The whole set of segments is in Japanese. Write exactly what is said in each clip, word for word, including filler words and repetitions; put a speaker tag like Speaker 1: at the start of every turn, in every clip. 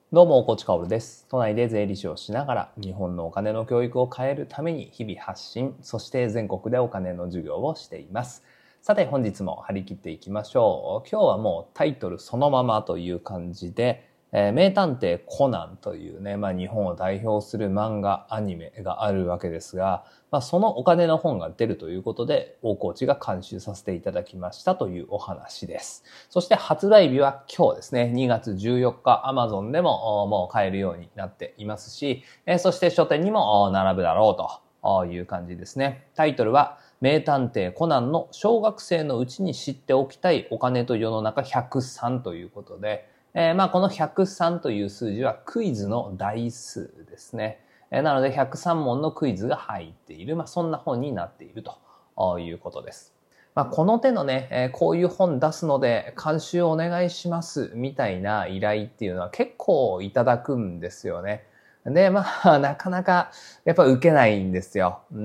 Speaker 1: どうも、コーチカオルです。都内で税理士をしながら、日本のお金の教育を変えるために日々発信、そして全国でお金の授業をしています。さて、本日も張り切っていきましょう。今日はもうタイトルそのままという感じで、えー、名探偵コナンというね、まあ日本を代表する漫画、アニメがあるわけですが、まあそのお金の本が出るということで、大河内が監修させていただきましたというお話です。そして発売日は今日ですね、にがつじゅうよっか Amazon でももう買えるようになっていますし、そして書店にも並ぶだろうという感じですね。タイトルは、名探偵コナンの小学生のうちに知っておきたいお金と世の中ひゃくさんということで、えー、まあこのひゃくさんという数字はクイズの台数ですね。えー、なのでひゃくさん問のクイズが入っている、まあそんな本になっているということです。まあこの手のね、えー、こういう本出すので監修お願いしますみたいな依頼っていうのは結構いただくんですよね。で、まあ、なかなか、やっぱ受けないんですよ。うん、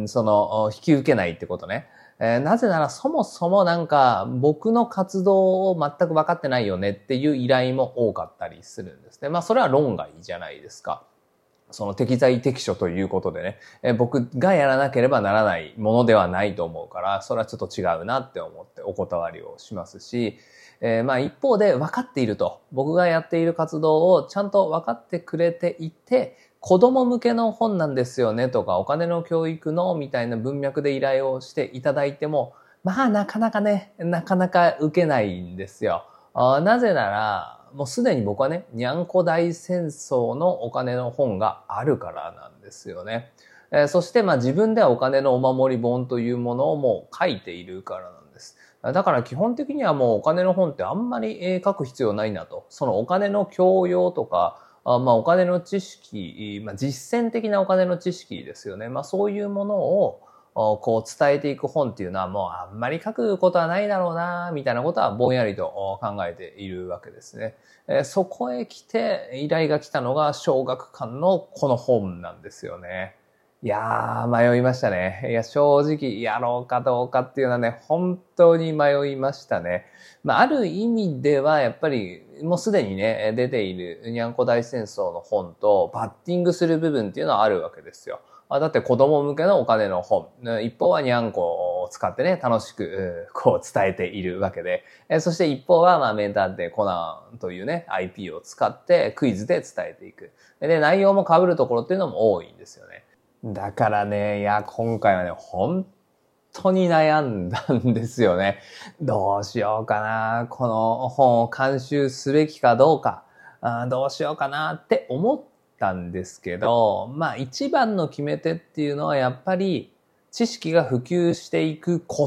Speaker 1: その、引き受けないってことね。えー、なぜならそもそもなんか、僕の活動を全く分かってないよねっていう依頼も多かったりするんですね。まあ、それは論外じゃないですか。その適材適所ということでね、えー、僕がやらなければならないものではないと思うから、それはちょっと違うなって思ってお断りをしますし、えー、まあ一方で分かっていると、僕がやっている活動をちゃんと分かってくれていて、子供向けの本なんですよねとか、お金の教育のみたいな文脈で依頼をしていただいても、まあなかなかね、なかなか受けないんですよ。あ、なぜなら、もうすでに僕はね、にゃんこ大戦争のお金の本があるからなんですよね。えー、そしてまあ自分ではお金のお守り本というものをもう書いているからなんです。だから基本的にはもうお金の本ってあんまり書く必要ないなと。そのお金の教養とか、あまあお金の知識、まあ実践的なお金の知識ですよね。まあそういうものをこう伝えていく本っていうのはもうあんまり書くことはないだろうな、みたいなことはぼんやりと考えているわけですね。そこへ来て依頼が来たのが小学館のこの本なんですよね。いやー、迷いましたね。いや、正直、やろうかどうかっていうのはね、本当に迷いましたね。まあ、ある意味では、やっぱり、もうすでにね、出ているにゃんこ大戦争の本と、バッティングする部分っていうのはあるわけですよ。だって子供向けのお金の本。一方はにゃんこを使ってね、楽しく、こう伝えているわけで。そして一方は、まあ、名探偵コナンというね、アイピー を使ってクイズで伝えていく。で、内容も被るところっていうのも多いんですよね。だからね、いや、今回はね、本当に悩んだんですよね。どうしようかな、この本を監修すべきかどうか、あどうしようかなって思ったんですけど、まあ一番の決め手っていうのはやっぱり知識が普及していくこと、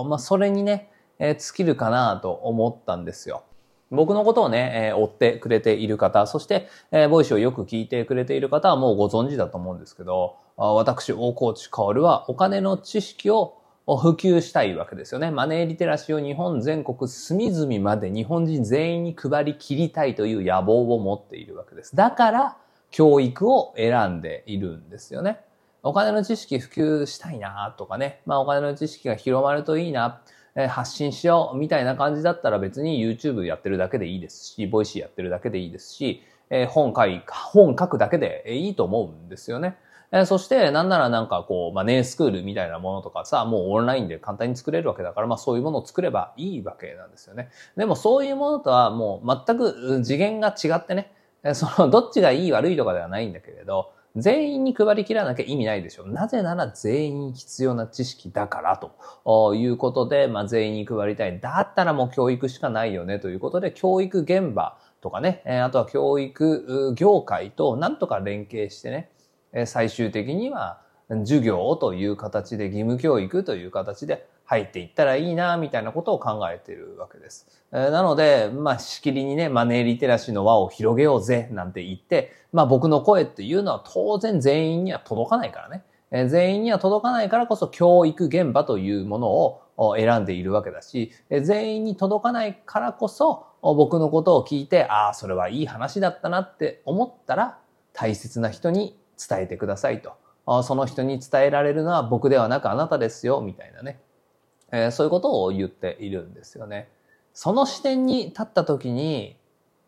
Speaker 1: まあそれにね、えー、尽きるかなと思ったんですよ。僕のことをね、えー、追ってくれている方、そして、えー、ボイシーをよく聞いてくれている方はもうご存知だと思うんですけど、私、大河内薫はお金の知識を普及したいわけですよね。マネーリテラシーを日本全国隅々まで日本人全員に配り切りたいという野望を持っているわけです。だから、教育を選んでいるんですよね。お金の知識普及したいなとかね。まあお金の知識が広まるといいな。発信しようみたいな感じだったら別に YouTube やってるだけでいいですし、ボイシーやってるだけでいいですし、本書い、本書くだけでいいと思うんですよね。そしてなんならなんかこう、マネースクールみたいなものとかさ、もうオンラインで簡単に作れるわけだから、まあそういうものを作ればいいわけなんですよね。でもそういうものとはもう全く次元が違ってね、そのどっちがいい悪いとかではないんだけれど、全員に配り切らなきゃ意味ないでしょ。なぜなら全員必要な知識だからということで、まあ全員に配りたい。だったらもう教育しかないよねということで、教育現場とかね、あとは教育業界となんとか連携してね、最終的には授業という形で義務教育という形で入っていったらいいなみたいなことを考えているわけです。なので、まあ、しきりにね、マネーリテラシーの輪を広げようぜなんて言って、まあ僕の声っていうのは当然全員には届かないからね。全員には届かないからこそ教育現場というものを選んでいるわけだし、全員に届かないからこそ僕のことを聞いて、ああ、それはいい話だったなって思ったら大切な人に伝えてくださいと。その人に伝えられるのは僕ではなくあなたですよ、みたいなね。えー、そういうことを言っているんですよね。その視点に立った時に、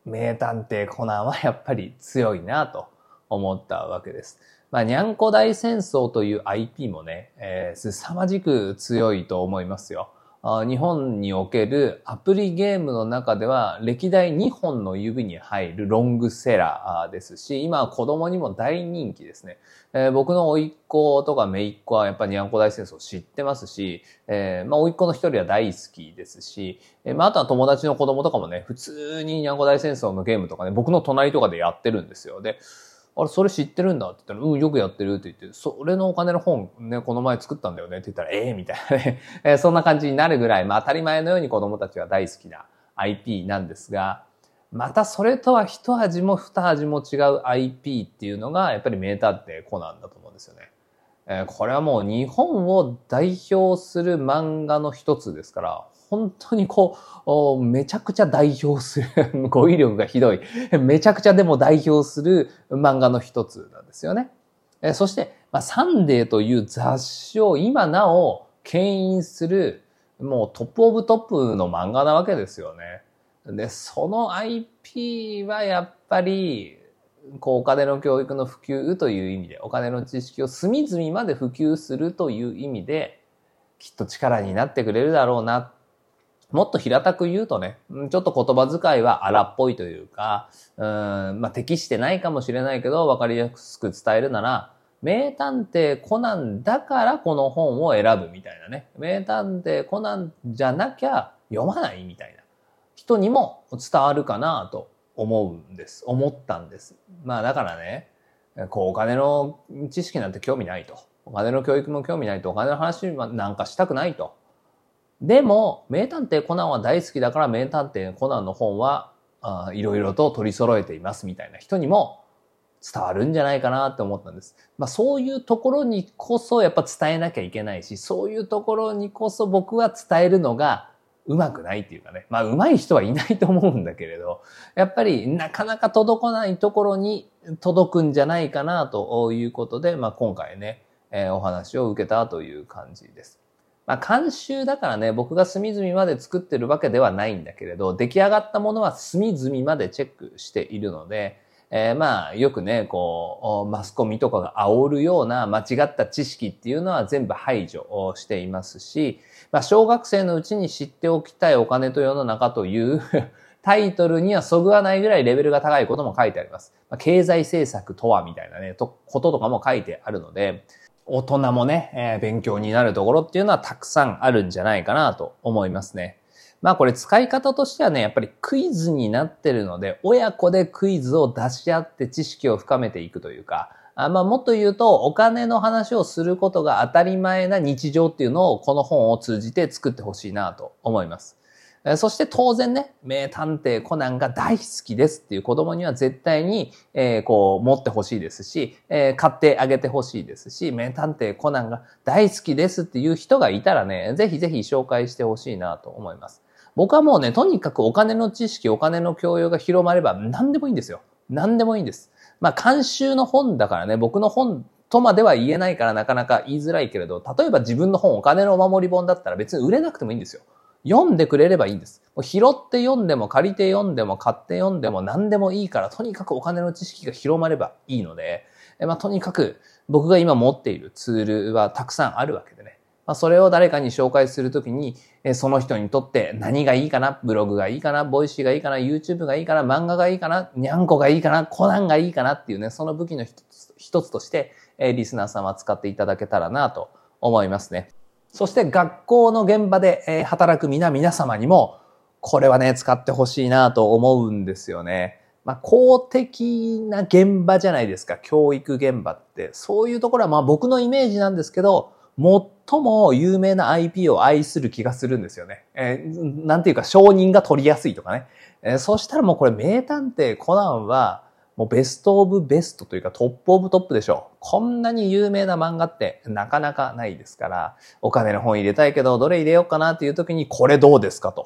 Speaker 1: 名探偵コナンはやっぱり強いなと思ったわけです。まあ、にゃんこ大戦争という アイピー もね、えー、凄まじく強いと思いますよ。日本におけるアプリゲームの中では歴代にほんの指に入るロングセラーですし、今は子供にも大人気ですね。えー、僕の甥っ子とか姪っ子はやっぱりにゃんこ大戦争知ってますし、えー、まあ甥っ子の一人は大好きですし、えー、まああとは友達の子供とかもね、普通ににゃんこ大戦争のゲームとかね、僕の隣とかでやってるんですよ。で、あれ、それ知ってるんだって言ったら、うん、よくやってるって言って、それのお金の本ね、この前作ったんだよねって言ったら、ええー、みたいなね、えー、そんな感じになるぐらい、まあ当たり前のように子供たちが大好きな アイピー なんですが、またそれとは一味も二味も違う アイピー っていうのが、やっぱり名探偵コナンだと思うんですよね。えー、これはもう日本を代表する漫画の一つですから、本当にこう、めちゃくちゃ代表する、語彙力がひどい、めちゃくちゃでも代表する漫画の一つなんですよね。えそして、まあ、サンデーという雑誌を今なお牽引する、もうトップオブトップの漫画なわけですよね。で、その アイピー はやっぱり、こう、お金の教育の普及という意味で、お金の知識を隅々まで普及するという意味で、きっと力になってくれるだろうな。もっと平たく言うとね、ちょっと言葉遣いは荒っぽいというか、うーん、まあ、適してないかもしれないけど、わかりやすく伝えるなら、名探偵コナンだからこの本を選ぶみたいなね。名探偵コナンじゃなきゃ読まないみたいな人にも伝わるかなと思うんです。思ったんです。まあだからね、こうお金の知識なんて興味ないと。お金の教育も興味ないと。お金の話なんかしたくないと。でも、名探偵コナンは大好きだから名探偵コナンの本はいろいろと取り揃えていますみたいな人にも伝わるんじゃないかなって思ったんです。まあそういうところにこそやっぱ伝えなきゃいけないし、そういうところにこそ僕は伝えるのがうまくないっていうかね。まあうまい人はいないと思うんだけれど、やっぱりなかなか届かないところに届くんじゃないかなということで、まあ今回ね、えー、お話を受けたという感じです。まあ監修だからね、僕が隅々まで作ってるわけではないんだけれど、出来上がったものは隅々までチェックしているので、えー、まあよくね、こう、マスコミとかが煽るような間違った知識っていうのは全部排除をしていますし、まあ小学生のうちに知っておきたいお金と世の中というタイトルにはそぐわないぐらいレベルが高いことも書いてあります。まあ、経済政策とはみたいなね、とこととかも書いてあるので、大人もね、えー、勉強になるところっていうのはたくさんあるんじゃないかなと思いますね。まあこれ使い方としてはね、やっぱりクイズになってるので、親子でクイズを出し合って知識を深めていくというか、あまあもっと言うと、お金の話をすることが当たり前な日常っていうのをこの本を通じて作ってほしいなと思います。そして当然ね、名探偵コナンが大好きですっていう子供には絶対に、えー、こう持ってほしいですし、えー、買ってあげてほしいですし、名探偵コナンが大好きですっていう人がいたらね、ぜひぜひ紹介してほしいなと思います。僕はもうね、とにかくお金の知識、お金の教養が広まれば何でもいいんですよ。何でもいいんです。まあ監修の本だからね、僕の本とまでは言えないからなかなか言いづらいけれど、例えば自分の本、お金のお守り本だったら別に売れなくてもいいんですよ。読んでくれればいいんです。拾って読んでも借りて読んでも買って読んでも何でもいいから、とにかくお金の知識が広まればいいので、まあとにかく僕が今持っているツールはたくさんあるわけでね。まあそれを誰かに紹介するときに、その人にとって何がいいかな、ブログがいいかな、ボイシーがいいかな、YouTube がいいかな、漫画がいいかな、にゃんこがいいかな、コナンがいいかなっていうね、その武器の一つ、一つとして、リスナーさんは使っていただけたらなと思いますね。そして学校の現場で働く皆皆様にも、これはね、使ってほしいなと思うんですよね。まあ、公的な現場じゃないですか、教育現場って。そういうところはまあ僕のイメージなんですけど、最も有名な アイピー を愛する気がするんですよね。えー、なんていうか承認が取りやすいとかね。えー、そうしたらもうこれ名探偵コナンは、もうベストオブベストというかトップオブトップでしょう。こんなに有名な漫画ってなかなかないですから、お金の本入れたいけどどれ入れようかなっていう時にこれどうですかと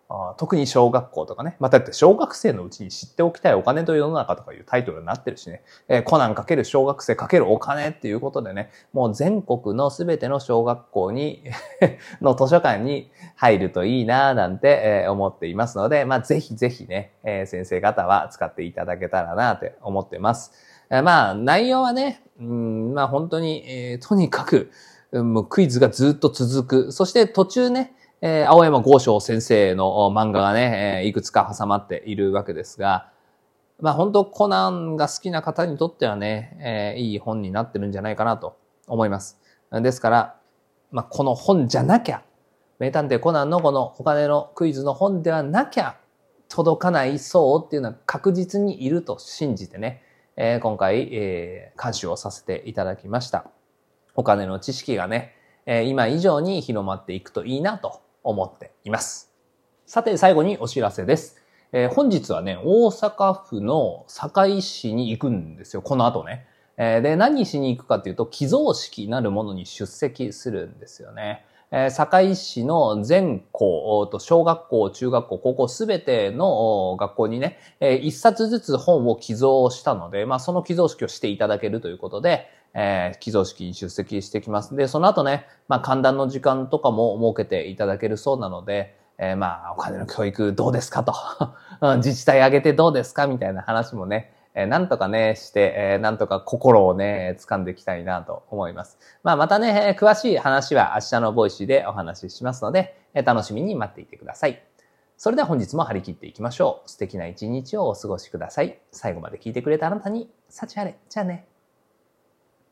Speaker 1: あ特に小学校とかね。まあ、だって小学生のうちに知っておきたいお金と世の中とかいうタイトルになってるしね。えー、コナンかける小学生かけるお金っていうことでね、もう全国のすべての小学校にの図書館に入るといいなぁなんて、えー、思っていますので、まあ、ぜひぜひね、えー、先生方は使っていただけたらなって思ってます。えー、まあ、内容はね、うん、まあ本当に、えー、とにかく、もうクイズがずっと続く。そして途中ね、えー、青山剛昌先生の漫画がね、えー、いくつか挟まっているわけですが、まあ本当コナンが好きな方にとってはね、えー、いい本になってるんじゃないかなと思います。ですから、まあこの本じゃなきゃ、名探偵コナンのこのお金のクイズの本ではなきゃ届かない層っていうのは確実にいると信じてね、えー、今回、えー、監修をさせていただきました。お金の知識がね、えー、今以上に広まっていくといいなと思っています。さて最後にお知らせです。えー、本日はね、大阪府の堺市に行くんですよ、この後ね。えー、で、何しに行くかというと、寄贈式なるものに出席するんですよね。えー、堺市の全校、小学校、中学校、高校すべての学校にね、えー、一冊ずつ本を寄贈したので、まあその寄贈式をしていただけるということで、えー、寄贈式に出席してきます。で、その後ね、まあ歓談の時間とかも設けていただけるそうなので、えー、まあお金の教育どうですかと自治体挙げてどうですかみたいな話もね、えー、なんとかねして、えー、なんとか心をね掴んでいきたいなと思います。まあまたね、詳しい話は明日のボイシーでお話ししますので、えー、楽しみに待っていてください。それでは本日も張り切っていきましょう。素敵な一日をお過ごしください。最後まで聞いてくれたあなたに幸あれ。じゃあね。